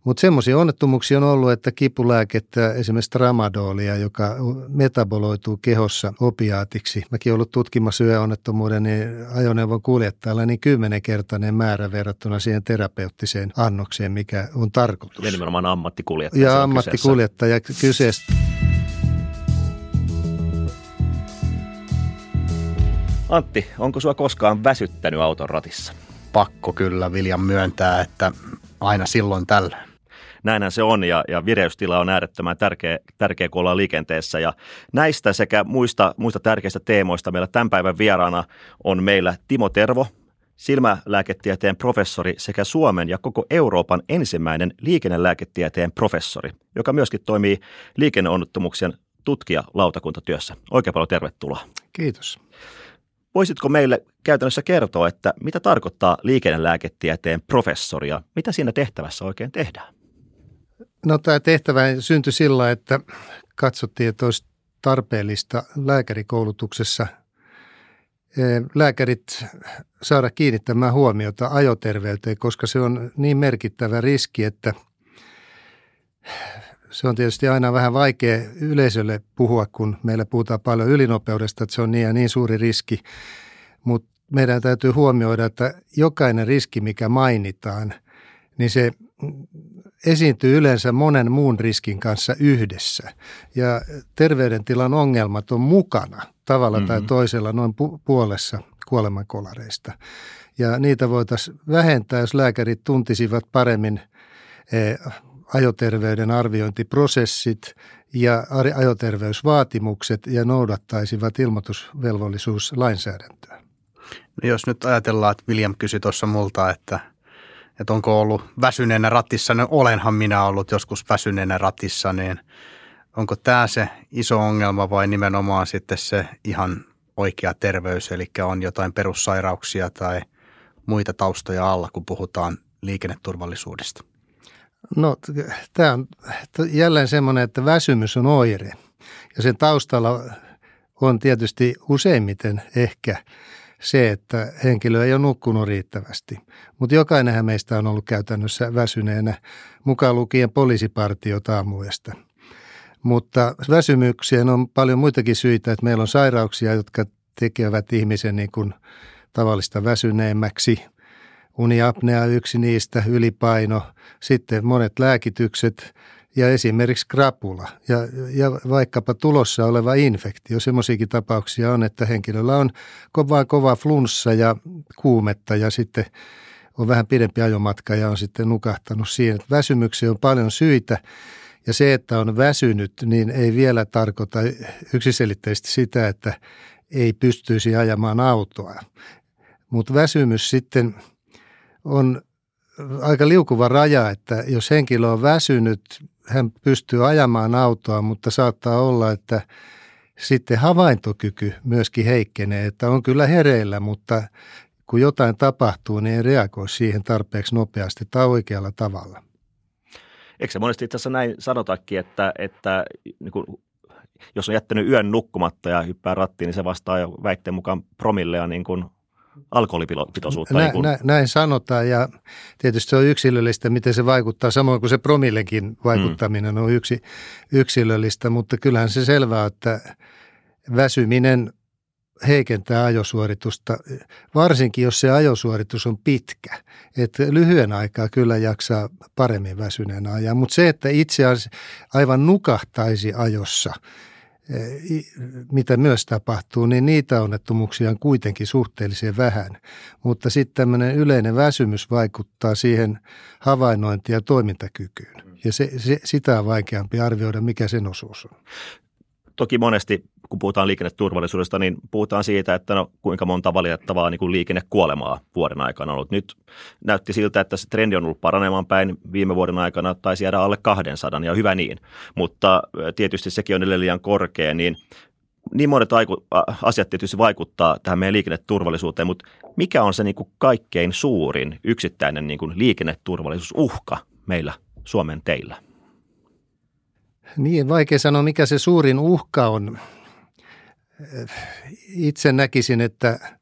Mutta semmoisia onnettomuuksia on ollut, että kipulääkettä, esimerkiksi tramadolia, joka metaboloituu kehossa opiaatiksi. Mäkin olen ollut tutkimassa yöonnettomuuden, niin ajoneuvon kuljettajalla niin 10-kertainen määrä verrattuna siihen terapeuttiseen annokseen, mikä on tarkoitus. Ja nimenomaan ammattikuljettaja. Ja ammattikuljettaja kyseessä. Antti, onko sua koskaan väsyttänyt auton ratissa? Pakko kyllä Viljan myöntää, että aina silloin tällöin. Näinhän se on ja vireystila on äärettömän tärkeä, kun ollaan liikenteessä. Ja näistä sekä muista tärkeistä teemoista meillä tämän päivän vieraana on meillä Timo Tervo, silmälääketieteen professori sekä Suomen ja koko Euroopan ensimmäinen liikennelääketieteen professori, joka myöskin toimii liikenneonnettomuuksien tutkijalautakuntatyössä. Oikein paljon tervetuloa. Kiitos. Voisitko meille käytännössä kertoa, että mitä tarkoittaa liikennelääketieteen professori ja mitä siinä tehtävässä oikein tehdään? No tämä tehtävä syntyi sillä, että katsottiin, että olisi tarpeellista lääkärikoulutuksessa lääkärit saada kiinnittämään huomiota ajoterveyteen, koska se on niin merkittävä riski, että se on tietysti aina vähän vaikea yleisölle puhua, kun meillä puhutaan paljon ylinopeudesta, että se on niin ja niin suuri riski, mutta meidän täytyy huomioida, että jokainen riski, mikä mainitaan, niin se esiintyy yleensä monen muun riskin kanssa yhdessä ja terveydentilan ongelmat on mukana tavalla tai toisella noin puolessa kuolemankolareista ja niitä voitaisiin vähentää, jos lääkärit tuntisivat paremmin ajoterveyden arviointiprosessit ja ajoterveysvaatimukset ja noudattaisivat ilmoitusvelvollisuuslainsäädäntöä. No jos nyt ajatellaan, että William kysyi tuossa multa, että onko ollut väsyneenä ratissa, niin olenhan minä ollut joskus väsyneenä ratissa, niin onko tämä se iso ongelma vai nimenomaan sitten se ihan oikea terveys, eli on jotain perussairauksia tai muita taustoja alla, kun puhutaan liikenneturvallisuudesta? No tämä on jälleen semmoinen, että väsymys on oire ja sen taustalla on tietysti useimmiten ehkä se, että henkilö ei ole nukkunut riittävästi. Mutta jokainenhan meistä on ollut käytännössä väsyneenä, mukaan lukien poliisipartiot aamuyöstä. Mutta väsymykseen on paljon muitakin syitä, että meillä on sairauksia, jotka tekevät ihmisen niin kuin tavallista väsyneemmäksi. Uniapnea yksi niistä, ylipaino, sitten monet lääkitykset ja esimerkiksi krapula ja vaikkapa tulossa oleva infektio. Semmoisiakin tapauksia on, että henkilöllä on kova flunssa ja kuumetta ja sitten on vähän pidempi ajomatka ja on sitten nukahtanut siihen. Että väsymykseen on paljon syitä ja se, että on väsynyt, niin ei vielä tarkoita yksiselitteisesti sitä, että ei pystyisi ajamaan autoa. Mutta väsymys sitten on aika liukuva raja, että jos henkilö on väsynyt, hän pystyy ajamaan autoa, mutta saattaa olla, että sitten havaintokyky myöskin heikkenee, että on kyllä hereillä, mutta kun jotain tapahtuu, niin ei reagoi siihen tarpeeksi nopeasti tai oikealla tavalla. Eikö se monesti itse asiassa näin sanotakin, että niin kuin, jos on jättänyt yön nukkumatta ja hyppää rattiin, niin se vastaa jo väitteen mukaan promillea niin kuin alkoholipitoisuutta. Näin sanotaan ja tietysti se on yksilöllistä, miten se vaikuttaa, samoin kuin se promillekin vaikuttaminen on yksilöllistä, mutta kyllähän se selvää, että väsyminen heikentää ajosuoritusta, varsinkin jos se ajosuoritus on pitkä. Että lyhyen aikaa kyllä jaksaa paremmin väsyneenä ajaa, mutta se, että itse asiassa aivan nukahtaisi ajossa, mitä myös tapahtuu, niin niitä onnettomuuksia on kuitenkin suhteellisen vähän. Mutta sitten tämmöinen yleinen väsymys vaikuttaa siihen havainnointi- ja toimintakykyyn. Ja sitä on vaikeampi arvioida, mikä sen osuus on. Toki monesti, kun puhutaan liikenneturvallisuudesta, niin puhutaan siitä, että no, kuinka monta valitettavaa niin kuin liikennekuolemaa vuoden aikana on ollut. Nyt näytti siltä, että se trendi on ollut paranemaan päin. Viime vuoden aikana taisi jäädä alle 200 ja hyvä niin. Mutta tietysti sekin on edelleen liian korkea, niin monet asiat tietysti vaikuttaa tähän meidän liikenneturvallisuuteen, mutta mikä on se niin kuin kaikkein suurin yksittäinen niin kuin liikenneturvallisuusuhka meillä Suomen teillä? Niin, vaikea sanoa, mikä se suurin uhka on. Itse näkisin, että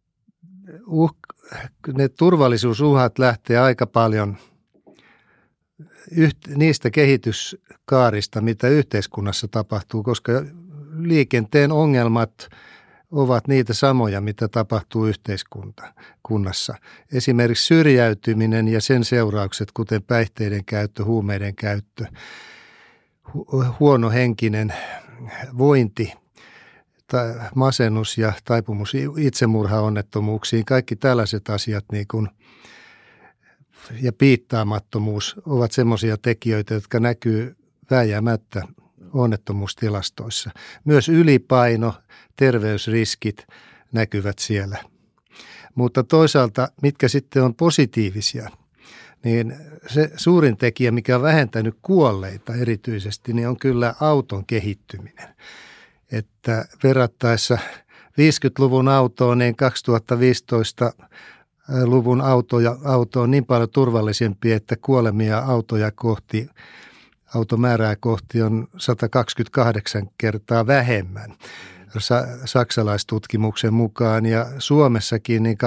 ne turvallisuusuhat lähtee aika paljon niistä kehityskaarista, mitä yhteiskunnassa tapahtuu, koska liikenteen ongelmat ovat niitä samoja, mitä tapahtuu yhteiskunnassa. Esimerkiksi syrjäytyminen ja sen seuraukset, kuten päihteiden käyttö, huumeiden käyttö, huono henkinen vointi, masennus ja taipumus itsemurhaonnettomuuksiin, kaikki tällaiset asiat niin kuin, ja piittaamattomuus ovat semmoisia tekijöitä, jotka näkyy vääjäämättä onnettomuustilastoissa. Myös ylipaino, terveysriskit näkyvät siellä. Mutta toisaalta, mitkä sitten on positiivisia, niin se suurin tekijä, mikä on vähentänyt kuolleita erityisesti, niin on kyllä auton kehittyminen. Että verrattaessa 50-luvun autoon, niin 2015-luvun auto on niin paljon turvallisempi, että kuolemia automäärää kohti on 128 kertaa vähemmän saksalaistutkimuksen mukaan. Ja Suomessakin niin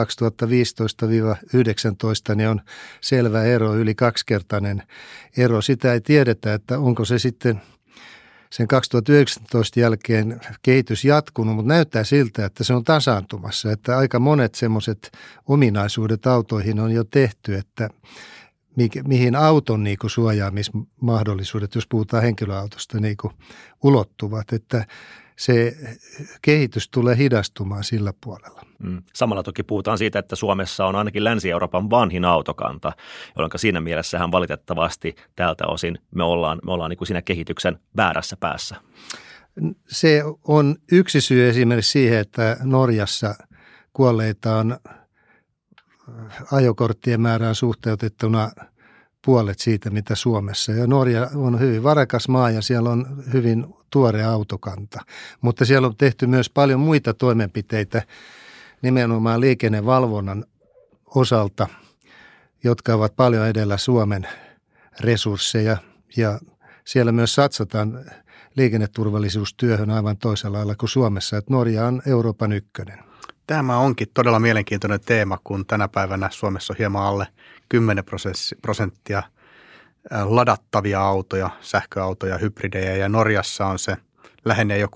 2015-19 niin on selvä ero, yli 2-kertainen ero. Sitä ei tiedetä, että onko se sitten sen 2019 jälkeen kehitys jatkunut, mutta näyttää siltä, että se on tasaantumassa. Että aika monet semmoiset ominaisuudet autoihin on jo tehty, että mihin auton niin kuin suojaamismahdollisuudet, jos puhutaan henkilöautosta, niin kuin ulottuvat, että se kehitys tulee hidastumaan sillä puolella. Samalla toki puhutaan siitä, että Suomessa on ainakin Länsi-Euroopan vanhin autokanta, jolloin siinä mielessähän valitettavasti tältä osin me ollaan niin kuin siinä kehityksen väärässä päässä. Se on yksi syy esimerkiksi siihen, että Norjassa kuolleita on ajokorttien määrään suhteutettuna puolet siitä, mitä Suomessa. Ja Norja on hyvin varakas maa ja siellä on hyvin tuore autokanta. Mutta siellä on tehty myös paljon muita toimenpiteitä nimenomaan liikennevalvonnan osalta, jotka ovat paljon edellä Suomen resursseja. Ja siellä myös satsataan liikenneturvallisuustyöhön aivan toisella lailla kuin Suomessa. Että Norja on Euroopan ykkönen. Tämä onkin todella mielenkiintoinen teema, kun tänä päivänä Suomessa on hieman alle 10% ladattavia autoja, sähköautoja, hybridejä ja Norjassa on se lähenee jo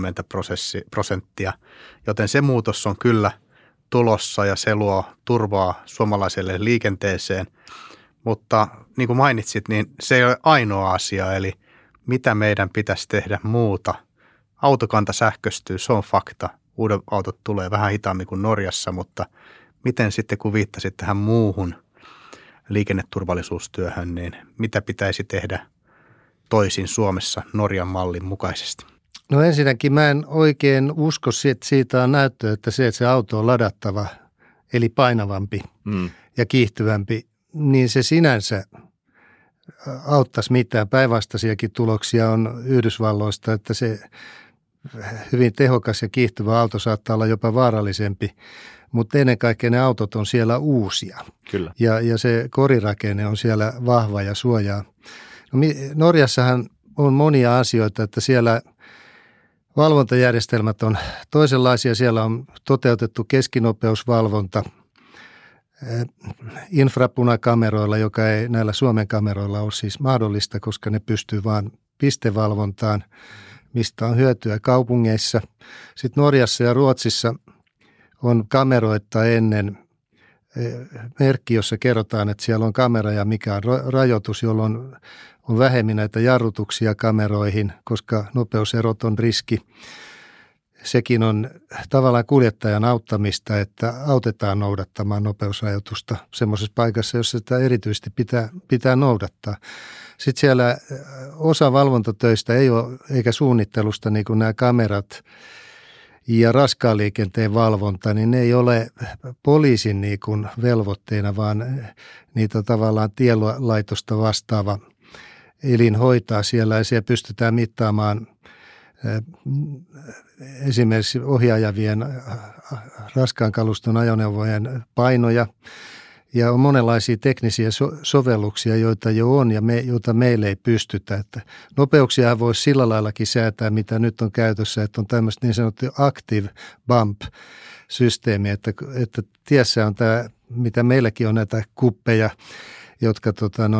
30%, joten se muutos on kyllä tulossa ja se luo turvaa suomalaiselle liikenteeseen. Mutta niin kuin mainitsit, niin se ei ole ainoa asia, eli mitä meidän pitäisi tehdä muuta. Autokanta sähköistyy, se on fakta. Uudet autot tulee vähän hitaammin kuin Norjassa, mutta miten sitten kun viittasit tähän muuhun liikenneturvallisuustyöhön, niin mitä pitäisi tehdä toisin Suomessa Norjan mallin mukaisesti? No ensinnäkin mä en oikein usko, että siitä on näyttöä, että se auto on ladattava, eli painavampi ja kiihtyvämpi, niin se sinänsä auttaisi mitään. Päinvastaisiakin tuloksia on Yhdysvalloista, että se hyvin tehokas ja kiihtyvä auto saattaa olla jopa vaarallisempi, mutta ennen kaikkea ne autot on siellä uusia. Kyllä. Ja se korirakenne on siellä vahva ja suojaa. No, Norjassahan on monia asioita, että siellä valvontajärjestelmät on toisenlaisia. Siellä on toteutettu keskinopeusvalvonta infrapunakameroilla, joka ei näillä Suomen kameroilla ole siis mahdollista, koska ne pystyy vain pistevalvontaan, mistä on hyötyä kaupungeissa. Sitten Norjassa ja Ruotsissa on kameroita ennen merkki, jossa kerrotaan, että siellä on kamera ja mikä on rajoitus, jolloin on vähemmän näitä jarrutuksia kameroihin, koska nopeuserot on riski. Sekin on tavallaan kuljettajan auttamista, että autetaan noudattamaan nopeusrajoitusta semmoisessa paikassa, jossa sitä erityisesti pitää noudattaa. Sitten siellä osa valvontatöistä ei ole, eikä suunnittelusta, niin kuin nämä kamerat ja raskaan liikenteen valvonta, niin ne ei ole poliisin niin kuin velvoitteena, vaan niitä tavallaan tielaitosta vastaava elin hoitaa siellä ja siellä pystytään mittaamaan esimerkiksi ohjaajavien raskaan kaluston ajoneuvojen painoja. Ja on monenlaisia teknisiä sovelluksia, joita jo on ja joita meille ei pystytä. Että nopeuksia voisi sillä laillakin säätää, mitä nyt on käytössä, että on tämmöistä niin sanottu active bump-systeemi, että tiessä on tämä, mitä meilläkin on näitä kuppeja, jotka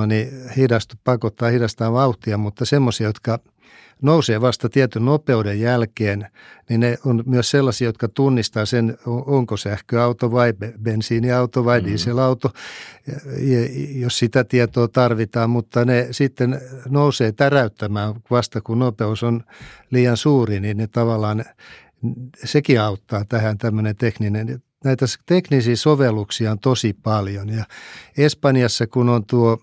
hidastaa vauhtia, mutta semmoisia, jotka nousee vasta tietyn nopeuden jälkeen, niin ne on myös sellaisia, jotka tunnistaa sen, onko sähköauto vai bensiiniauto vai dieselauto, jos sitä tietoa tarvitaan, mutta ne sitten nousee täräyttämään vasta, kun nopeus on liian suuri, niin ne tavallaan, sekin auttaa tähän tämmöinen tekninen. Näitä teknisiä sovelluksia on tosi paljon ja Espanjassa, kun on tuo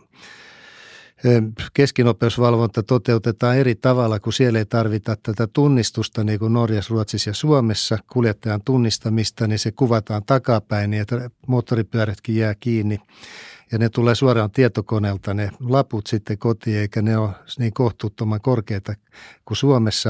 keskinopeusvalvonta toteutetaan eri tavalla, kun siellä ei tarvita tätä tunnistusta niin kuin Norjassa, Ruotsissa ja Suomessa, kuljettajan tunnistamista, niin se kuvataan takapäin niin, että moottoripyörätkin jää kiinni ja ne tulee suoraan tietokoneelta ne laput sitten kotiin, eikä ne ole niin kohtuuttoman korkeita kuin Suomessa,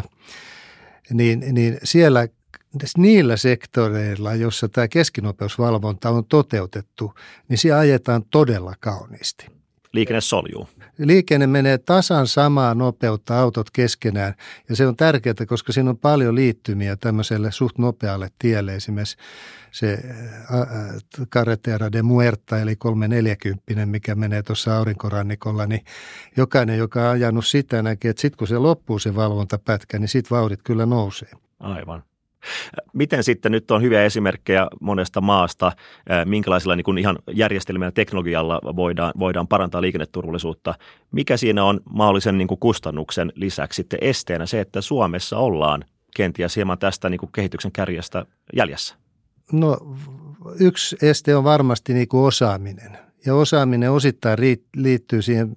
niin siellä niillä sektoreilla, jossa tämä keskinopeusvalvonta on toteutettu, niin siellä ajetaan todella kauniisti. Liikenne soljuu. Liikenne menee tasan samaa nopeutta autot keskenään ja se on tärkeää, koska siinä on paljon liittymiä tämmöiselle suht nopealle tielle. Esimerkiksi se Carretera de Muerta eli 340, mikä menee tuossa aurinkorannikolla, niin jokainen, joka on ajanut sitä, näkee, että sitten kun se loppuu se valvontapätkä, niin sitten vauhdit kyllä nousee. Aivan. Miten sitten, nyt on hyviä esimerkkejä monesta maasta, minkälaisilla niin kuin ihan järjestelmillä ja teknologialla voidaan parantaa liikenneturvallisuutta. Mikä siinä on mahdollisen niin kuin kustannuksen lisäksi sitten esteenä se, että Suomessa ollaan kenties hieman tästä niin kuin kehityksen kärjestä jäljessä? No yksi este on varmasti niin kuin osaaminen ja osaaminen osittain liittyy siihen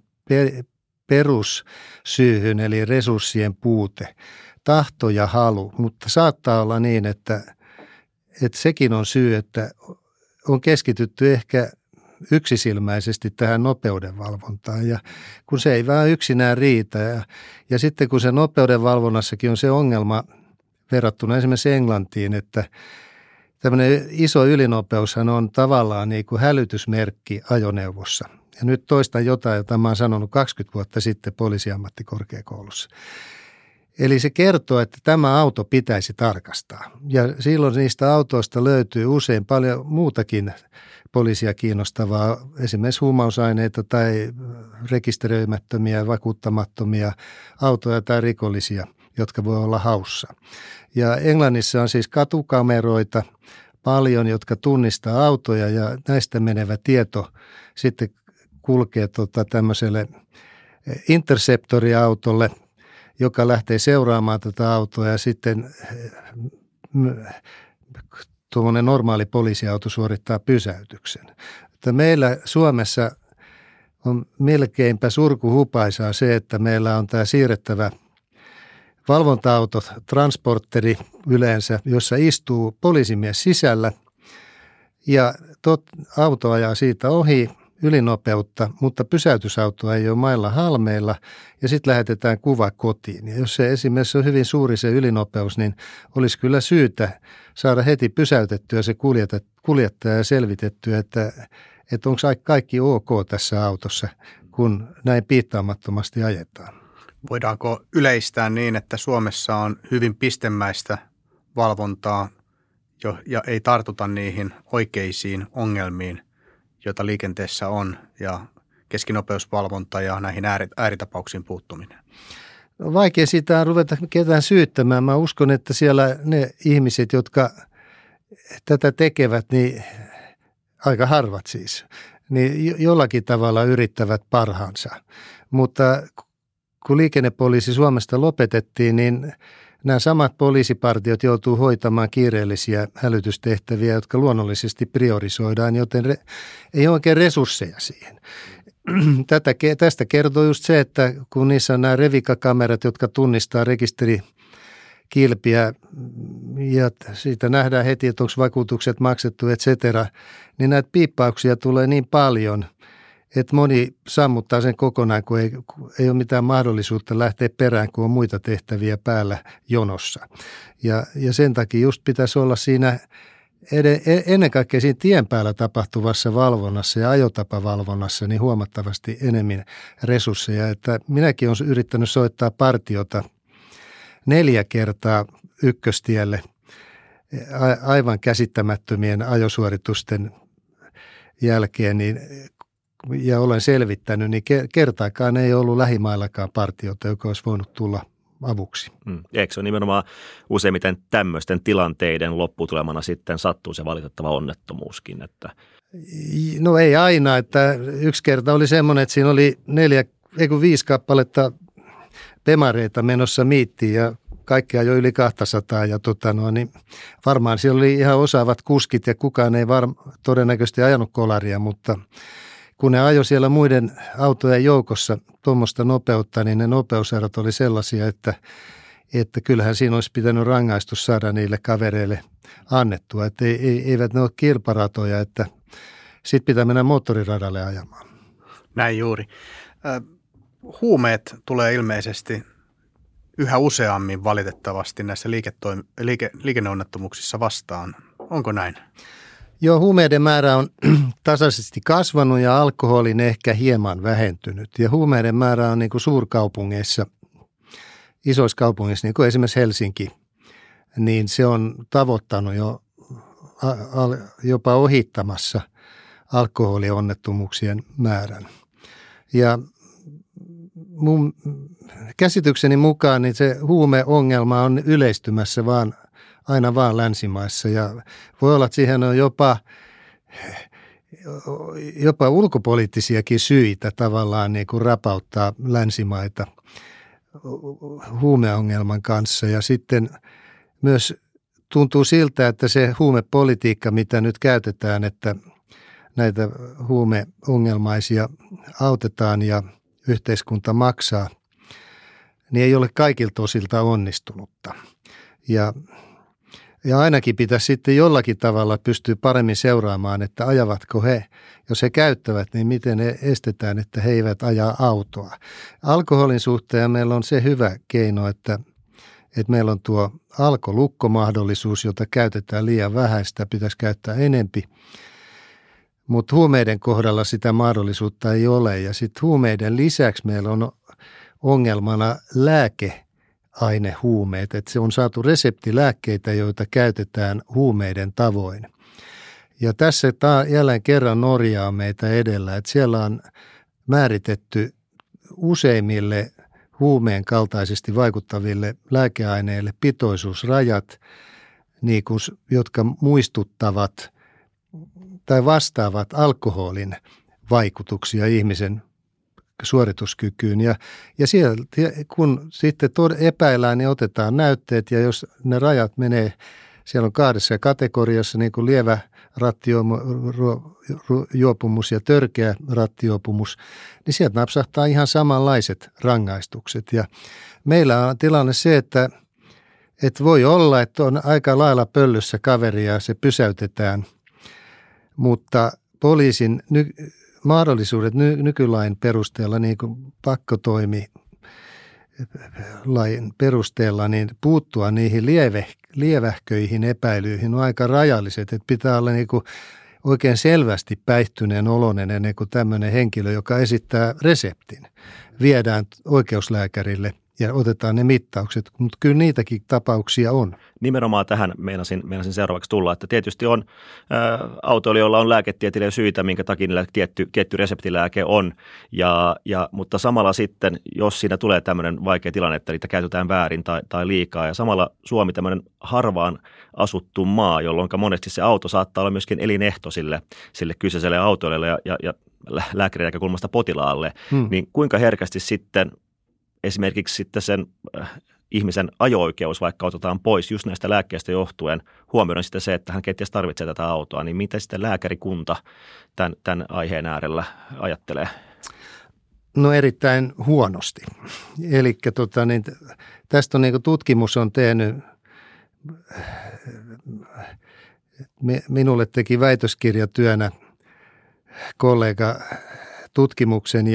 perussyyhyn eli resurssien puute. Tahto ja halu, mutta saattaa olla niin, että sekin on syy, että on keskitytty ehkä yksisilmäisesti tähän nopeudenvalvontaan ja kun se ei vaan yksinään riitä ja sitten kun se nopeudenvalvonnassakin on se ongelma verrattuna esimerkiksi Englantiin, että tämmöinen iso ylinopeushan on tavallaan niin kuin hälytysmerkki ajoneuvossa. Ja nyt toistan jotain, jota mä oon sanonut 20 vuotta sitten poliisiammattikorkeakoulussa. Eli se kertoo, että tämä auto pitäisi tarkastaa ja silloin niistä autoista löytyy usein paljon muutakin poliisia kiinnostavaa, esimerkiksi huumausaineita tai rekisteröimättömiä, vakuuttamattomia autoja tai rikollisia, jotka voi olla haussa. Ja Englannissa on siis katukameroita paljon, jotka tunnistaa autoja ja näistä menevä tieto sitten kulkee tämmöiselle interceptoriautolle, joka lähtee seuraamaan tätä autoa ja sitten tuommoinen normaali poliisiauto suorittaa pysäytyksen. Että meillä Suomessa on melkeinpä surkuhupaisaa se, että meillä on tämä siirrettävä valvonta-auto, transporteri yleensä, jossa istuu poliisimies sisällä ja auto ajaa siitä ohi ylinopeutta, mutta pysäytysautoa ei ole mailla halmeilla ja sitten lähetetään kuva kotiin. Ja jos se esimerkiksi on hyvin suuri se ylinopeus, niin olisi kyllä syytä saada heti pysäytettyä se kuljettaja ja selvitettyä, että onko kaikki ok tässä autossa, kun näin piittaamattomasti ajetaan. Voidaanko yleistää niin, että Suomessa on hyvin pistemäistä valvontaa ja ei tartuta niihin oikeisiin ongelmiin, joita liikenteessä on, ja keskinopeusvalvonta ja näihin ääritapauksiin puuttuminen? No, vaikea siitä on ruveta ketään syyttämään. Mä uskon, että siellä ne ihmiset, jotka tätä tekevät, niin aika harvat siis, niin jollakin tavalla yrittävät parhaansa. Mutta kun liikennepoliisi Suomesta lopetettiin, niin nämä samat poliisipartiot joutuu hoitamaan kiireellisiä hälytystehtäviä, jotka luonnollisesti priorisoidaan, joten ei oikein resursseja siihen. Tästä kertoo just se, että kun niissä on nämä revikakamerat, jotka tunnistaa rekisterikilpiä ja siitä nähdään heti, että onko vakuutukset maksettu, et cetera, niin näitä piippauksia tulee niin paljon, että moni sammuttaa sen kokonaan, kun ei ole mitään mahdollisuutta lähteä perään, kun on muita tehtäviä päällä jonossa. Ja sen takia just pitäisi olla siinä ennen kaikkea siinä tien päällä tapahtuvassa valvonnassa ja ajotapavalvonnassa niin huomattavasti enemmän resursseja. Että minäkin olen yrittänyt soittaa partiota 4 kertaa ykköstielle aivan käsittämättömien ajosuoritusten jälkeen, niin ja olen selvittänyt, niin kertaakaan ei ollut lähimaillakaan partiota, joka olisi voinut tulla avuksi. Eikö se ole nimenomaan useimmiten tämmöisten tilanteiden lopputulemana sitten sattuu se valitettava onnettomuuskin? Että... No ei aina, että yksi kerta oli semmoinen, että siinä oli 5 kappaletta demareita menossa miittiin ja kaikkea jo yli 200 ja niin varmaan siellä oli ihan osaavat kuskit ja kukaan ei todennäköisesti ajanut kolaria, mutta kun ne ajoi siellä muiden autojen joukossa tuommoista nopeutta, niin ne nopeuserot oli sellaisia, että kyllähän siinä olisi pitänyt rangaistus saada niille kavereille annettua, että eivät ne ole kilparatoja, että sitten pitää mennä moottoriradalle ajamaan. Näin juuri. Huumeet tulee ilmeisesti yhä useammin valitettavasti näissä liikenneonnettomuuksissa vastaan. Onko näin? Joo, huumeiden määrä on tasaisesti kasvanut ja alkoholin ehkä hieman vähentynyt. Ja huumeiden määrä on niin kuin suurkaupungeissa, isoissa kaupungeissa, niin kuin esimerkiksi Helsinki, niin se on tavoittanut jo jopa ohittamassa alkoholionnettomuuksien määrän. Ja mun käsitykseni mukaan niin se huumeongelma on yleistymässä aina vaan länsimaissa ja voi olla, että siihen on jopa ulkopoliittisiakin syitä tavallaan niin kuin rapauttaa länsimaita huumeongelman kanssa ja sitten myös tuntuu siltä, että se huumepolitiikka, mitä nyt käytetään, että näitä huumeongelmaisia autetaan ja yhteiskunta maksaa, niin ei ole kaikilta osilta onnistunutta. Ja ainakin pitäisi sitten jollakin tavalla pystyä paremmin seuraamaan, että ajavatko he, jos he käyttävät, niin miten estetään, että he eivät ajaa autoa. Alkoholin suhteen meillä on se hyvä keino, että meillä on tuo alkolukkomahdollisuus, jota käytetään liian vähän, sitä pitäisi käyttää enempi. Mutta huumeiden kohdalla sitä mahdollisuutta ei ole ja sitten huumeiden lisäksi meillä on ongelmana lääkeainehuumeet, että se on saatu reseptilääkkeitä, joita käytetään huumeiden tavoin. Ja tässä jälleen kerran Norja on meitä edellä, että siellä on määritetty useimmille huumeen kaltaisesti vaikuttaville lääkeaineille pitoisuusrajat, niin kuin, jotka muistuttavat tai vastaavat alkoholin vaikutuksia ihmisen suorituskykyyn. Ja sieltä, kun sitten epäillään, niin otetaan näytteet ja jos ne rajat menee, siellä on 2 kategoriassa niin kuin lievä rattijuopumus ja törkeä rattijuopumus, niin sieltä napsahtaa ihan samanlaiset rangaistukset. Ja meillä on tilanne se, että voi olla, että on aika lailla pöllyssä kaveri ja se pysäytetään, mutta poliisin mahdollisuudet nykylain perusteella, niin kuin pakkotoimilain perusteella, niin puuttua niihin lievähköihin epäilyihin on aika rajalliset. Että pitää olla niin kuin oikein selvästi päihtyneen oloinen ennen kuin tämmöinen henkilö, joka esittää reseptin, viedään oikeuslääkärille ja otetaan ne mittaukset, mutta kyllä niitäkin tapauksia on. Nimenomaan tähän meinasin seuraavaksi tulla, että tietysti on autoilijoilla on lääketieteellisiä syitä, minkä takia niillä tietty reseptilääke on, mutta samalla sitten, jos siinä tulee tämmöinen vaikea tilanne, että niitä käytetään väärin tai liikaa, ja samalla Suomi tämmöinen harvaan asuttu maa, jolloin monesti se auto saattaa olla myöskin elinehto sille kyseiselle autoilijalle ja lääkärin näkökulmasta potilaalle, niin kuinka herkästi sitten esimerkiksi sitten sen ihmisen ajo-oikeus vaikka otetaan pois just näistä lääkkeistä johtuen, huomioiden sitten se, että hän kenties tarvitsee tätä autoa, niin miten sitten lääkärikunta tämän aiheen äärellä ajattelee? No erittäin huonosti. Eli tästä on niin kuin tutkimus on tehnyt, minulle teki väitöskirjatyönä kollega tutkimuksen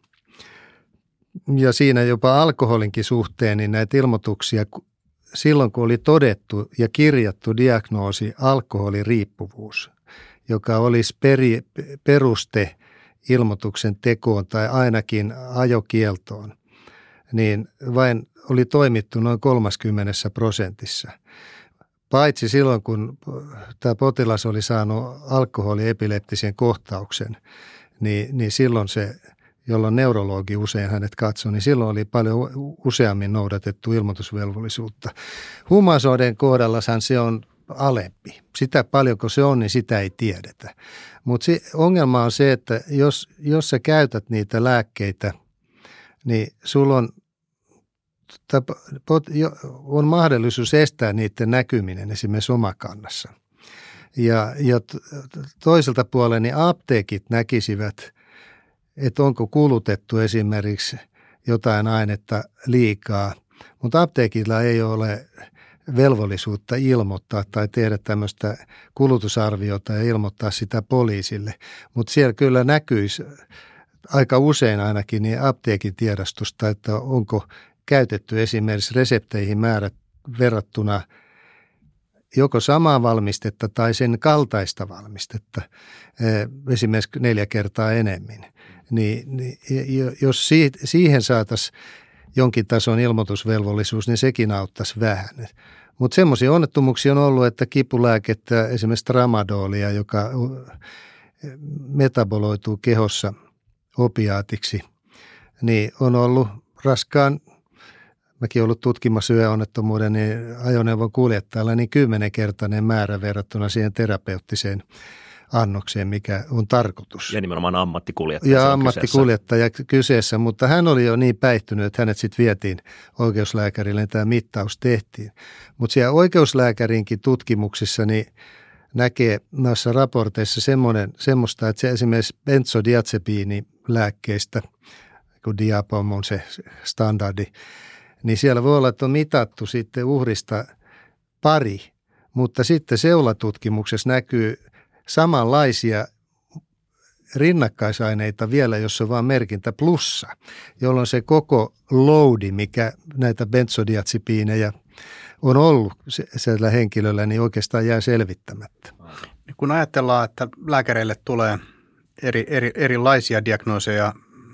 ja siinä jopa alkoholinkin suhteen, niin näitä ilmoituksia silloin, kun oli todettu ja kirjattu diagnoosi alkoholiriippuvuus, joka olisi peruste ilmoituksen tekoon tai ainakin ajokieltoon, niin vain oli toimittu noin 30%. Paitsi silloin, kun tämä potilas oli saanut alkoholiepileptisen kohtauksen, niin silloin se, jolloin neurologi usein hänet katsoi, niin silloin oli paljon useammin noudatettu ilmoitusvelvollisuutta. Huumausaineiden kohdallahan se on alempi. Sitä paljonko se on, niin sitä ei tiedetä. Mutta ongelma on se, että jos sä käytät niitä lääkkeitä, niin sulla on mahdollisuus estää niiden näkyminen esimerkiksi omakannassa. Ja toiselta puolella niin apteekit näkisivät, että onko kulutettu esimerkiksi jotain ainetta liikaa, mutta apteekilla ei ole velvollisuutta ilmoittaa tai tehdä tämmöistä kulutusarviota ja ilmoittaa sitä poliisille, mutta siellä kyllä näkyisi aika usein ainakin niin apteekin tiedostusta, että onko käytetty esimerkiksi resepteihin määrät verrattuna joko samaa valmistetta tai sen kaltaista valmistetta, esimerkiksi 4 kertaa enemmän. Niin jos siihen saataisiin jonkin tason ilmoitusvelvollisuus, niin sekin auttaisi vähän. Mutta semmoisia onnettomuuksia on ollut, että kipulääkettä, esimerkiksi tramadolia, joka metaboloituu kehossa opiaatiksi, niin on ollut raskaan, mäkin ollut tutkimassa yöonnettomuuden, niin ajoneuvon kuljettajalla niin 10-kertainen määrä verrattuna siihen terapeuttiseen annokseen, mikä on tarkoitus. Ja nimenomaan ammattikuljettaja. Ja ammattikuljettaja kyseessä, mutta hän oli jo niin päihtynyt, että hänet sitten vietiin oikeuslääkärille ja tämä mittaus tehtiin. Mutta siellä oikeuslääkärinkin tutkimuksissa niin näkee noissa raporteissa semmoista, että se esimerkiksi benzodiazepiinilääkkeistä, kun Diapom on se standardi, niin siellä voi olla, että on mitattu sitten uhrista pari, mutta sitten seulatutkimuksessa näkyy samanlaisia rinnakkaisaineita vielä, jos on vain merkintä plussa, jolloin se koko loadi, mikä näitä benzodiazepiinejä on ollut siellä henkilöllä, niin oikeastaan jää selvittämättä. Kun ajatellaan, että lääkäreille tulee erilaisia diagnooseja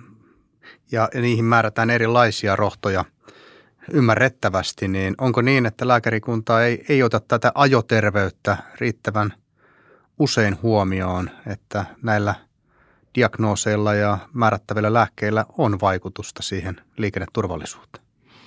ja niihin määrätään erilaisia rohtoja ymmärrettävästi, niin onko niin, että lääkärikunta ei ota tätä ajoterveyttä riittävän usein huomioon, että näillä diagnooseilla ja määrättävillä lääkkeillä on vaikutusta siihen liikenneturvallisuuteen?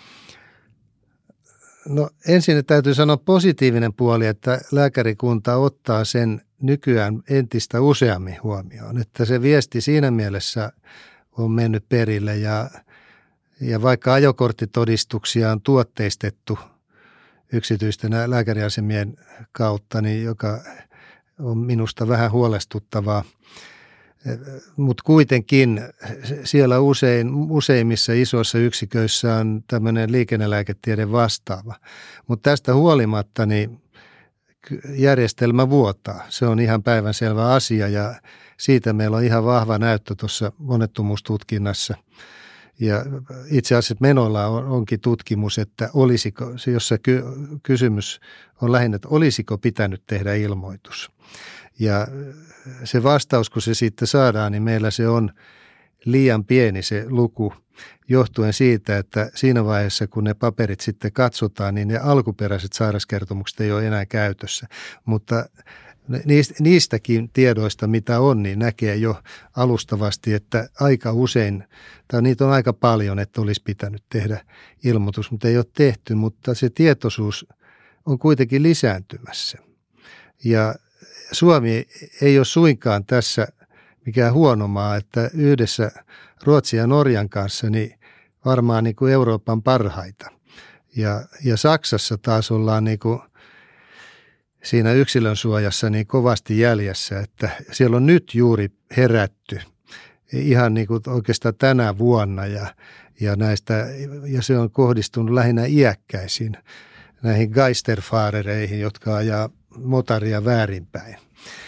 No ensin täytyy sanoa positiivinen puoli, että lääkärikunta ottaa sen nykyään entistä useammin huomioon, että se viesti siinä mielessä on mennyt perille ja vaikka ajokorttitodistuksia on tuotteistettu yksityisten lääkäriasemien kautta, niin joka on minusta vähän huolestuttavaa, mutta kuitenkin siellä useimmissa isoissa yksiköissä on tämmöinen liikennelääketiede vastaava. Mutta tästä huolimatta niin järjestelmä vuotaa. Se on ihan päivänselvä asia ja siitä meillä on ihan vahva näyttö tuossa onnettomuustutkinnassa. Ja itse asiassa menolla onkin tutkimus, että olisiko, jossa kysymys on lähinnä, että olisiko pitänyt tehdä ilmoitus. Ja se vastaus, kun se sitten saadaan, niin meillä se on liian pieni se luku johtuen siitä, että siinä vaiheessa, kun ne paperit sitten katsotaan, niin ne alkuperäiset sairauskertomukset ei ole enää käytössä. Mutta niistäkin tiedoista, mitä on, niin näkee jo alustavasti, että aika usein, tai niitä on aika paljon, että olisi pitänyt tehdä ilmoitus, mutta ei ole tehty, mutta se tietoisuus on kuitenkin lisääntymässä. Ja Suomi ei ole suinkaan tässä mikään huono maa, että yhdessä Ruotsin ja Norjan kanssa niin varmaan niin kuin Euroopan parhaita. Ja Saksassa taas ollaan niin kuin siinä yksilön suojassa niin kovasti jäljessä, että siellä on nyt juuri herätty ihan niin kuin oikeastaan tänä vuonna ja se on kohdistunut lähinnä iäkkäisiin, näihin Geisterfahrereihin, jotka ajaa motaria väärinpäin.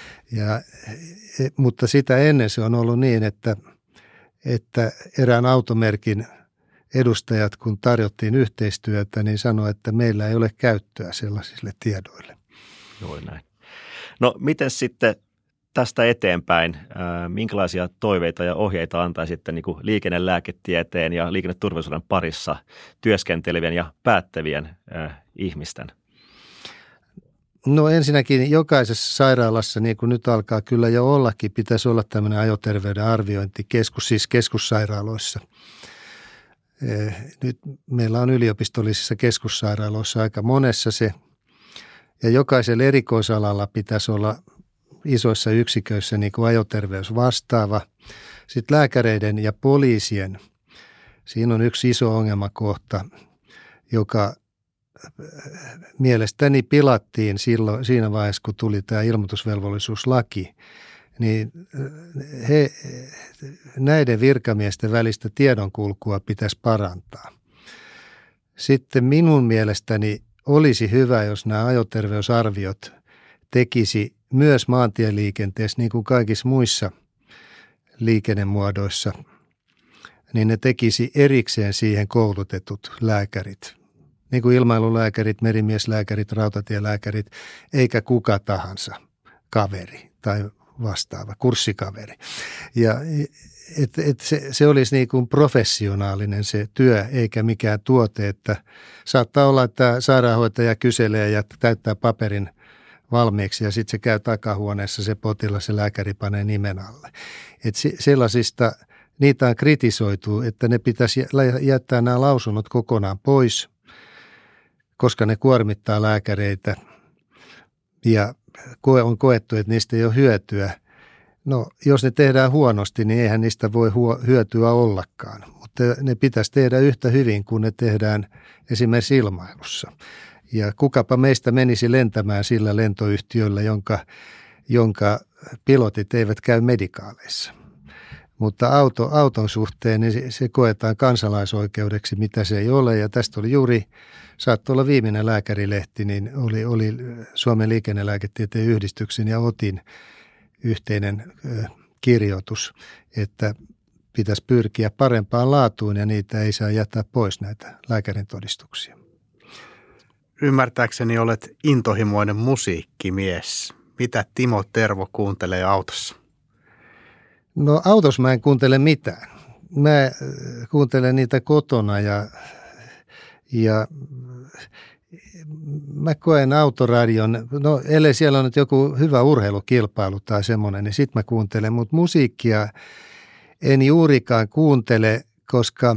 Mutta sitä ennen se on ollut niin, että erään automerkin edustajat, kun tarjottiin yhteistyötä, niin sanoi, että meillä ei ole käyttöä sellaisille tiedoille. Juuri näin. No miten sitten tästä eteenpäin, minkälaisia toiveita ja ohjeita antaa sitten niin kuin liikennelääketieteen ja liikenneturvallisuuden parissa työskentelevien ja päättävien ihmisten? No ensinnäkin jokaisessa sairaalassa, niin kuin nyt alkaa kyllä jo ollakin, pitäisi olla tämmöinen ajoterveyden arviointikeskus, siis keskussairaaloissa. Nyt meillä on yliopistollisissa keskussairaaloissa aika monessa se, ja jokaisella erikoisalalla pitäisi olla isoissa yksiköissä niin kuin ajoterveys vastaava. Sitten lääkäreiden ja poliisien, siinä on yksi iso ongelmakohta, joka mielestäni pilattiin silloin, siinä vaiheessa, kun tuli tämä ilmoitusvelvollisuuslaki, niin näiden virkamiesten välistä tiedonkulkua pitäisi parantaa. Sitten minun mielestäni olisi hyvä, jos nämä ajoterveysarviot tekisi myös maantieliikenteessä, niin kuin kaikissa muissa liikennemuodoissa, niin ne tekisi erikseen siihen koulutetut lääkärit, niin kuin ilmailulääkärit, merimieslääkärit, rautatielääkärit, eikä kuka tahansa kaveri tai vastaava kurssikaveri. Ja se olisi niin kuin professionaalinen se työ, eikä mikään tuote, että saattaa olla, että sairaanhoitaja kyselee ja täyttää paperin valmiiksi ja sitten se käy takahuoneessa, se potilas ja lääkäri panee nimen alle. Että sellaisista, niitä on kritisoitu, että ne pitäisi jättää nämä lausunnot kokonaan pois, koska ne kuormittaa lääkäreitä ja on koettu, että niistä ei ole hyötyä. No, jos ne tehdään huonosti, niin eihän niistä voi hyötyä ollakaan, mutta ne pitäisi tehdä yhtä hyvin kuin ne tehdään esimerkiksi ilmailussa. Ja kukapa meistä menisi lentämään sillä lentoyhtiöllä, jonka pilotit eivät käy medikaaleissa. Mutta auton suhteen niin se koetaan kansalaisoikeudeksi, mitä se ei ole. Ja tästä oli juuri, saattoi olla viimeinen lääkärilehti, niin oli Suomen liikennelääketieteen yhdistyksen ja OTin yhteinen kirjoitus, että pitäisi pyrkiä parempaan laatuun ja niitä ei saa jättää pois näitä lääkärin todistuksia. Ymmärtääkseni olet intohimoinen musiikkimies. Mitä Timo Tervo kuuntelee autossa? No autossa mä en kuuntele mitään. Mä kuuntelen niitä kotona ja mä koen autoradion, no ellei siellä on nyt joku hyvä urheilukilpailu tai semmoinen, niin sit mä kuuntelen, mutta musiikkia en juurikaan kuuntele, koska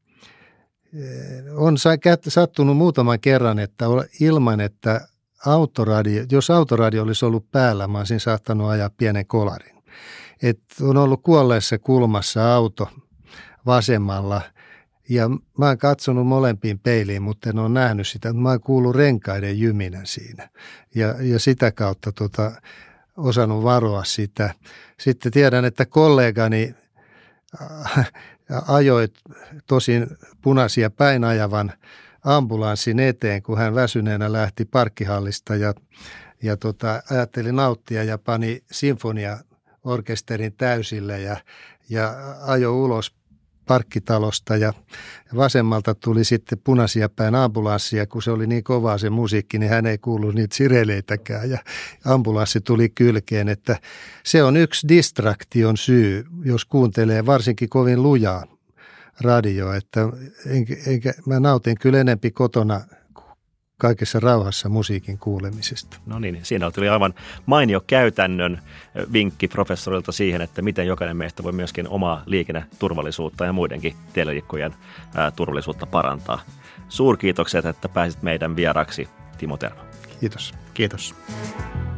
on sattunut muutaman kerran, että ilman, että jos autoradio olisi ollut päällä, mä olisin saattanut ajaa pienen kolarin. Että on ollut kuolleessa kulmassa auto vasemmalla ja mä oon katsonut molempiin peiliin, mutta en ole nähnyt sitä. Mä oon kuullut renkaiden jyminän siinä ja sitä kautta osannut varoa sitä. Sitten tiedän, että kollegani ajoi tosin punaisia päin ajavan ambulanssin eteen, kun hän väsyneenä lähti parkkihallista ja ajatteli nauttia ja pani sinfoniaorkesterin täysille ja ajoi ulos parkkitalosta ja vasemmalta tuli sitten punaisia päin ambulanssia, kun se oli niin kovaa se musiikki, niin hän ei kuullut niitä sireleitäkään ja ambulanssi tuli kylkeen, että se on yksi distraktion syy, jos kuuntelee varsinkin kovin lujaa radioa, että mä nautin kyllä enempi kotona kaikessa rauhassa musiikin kuulemisesta. No niin, siinä tuli aivan mainio käytännön vinkki professorilta siihen, että miten jokainen meistä voi myöskin omaa liikenneturvallisuutta ja muidenkin tieliikkujen turvallisuutta parantaa. Suurkiitokset, että pääsit meidän vieraksi, Timo Tervo. Kiitos. Kiitos.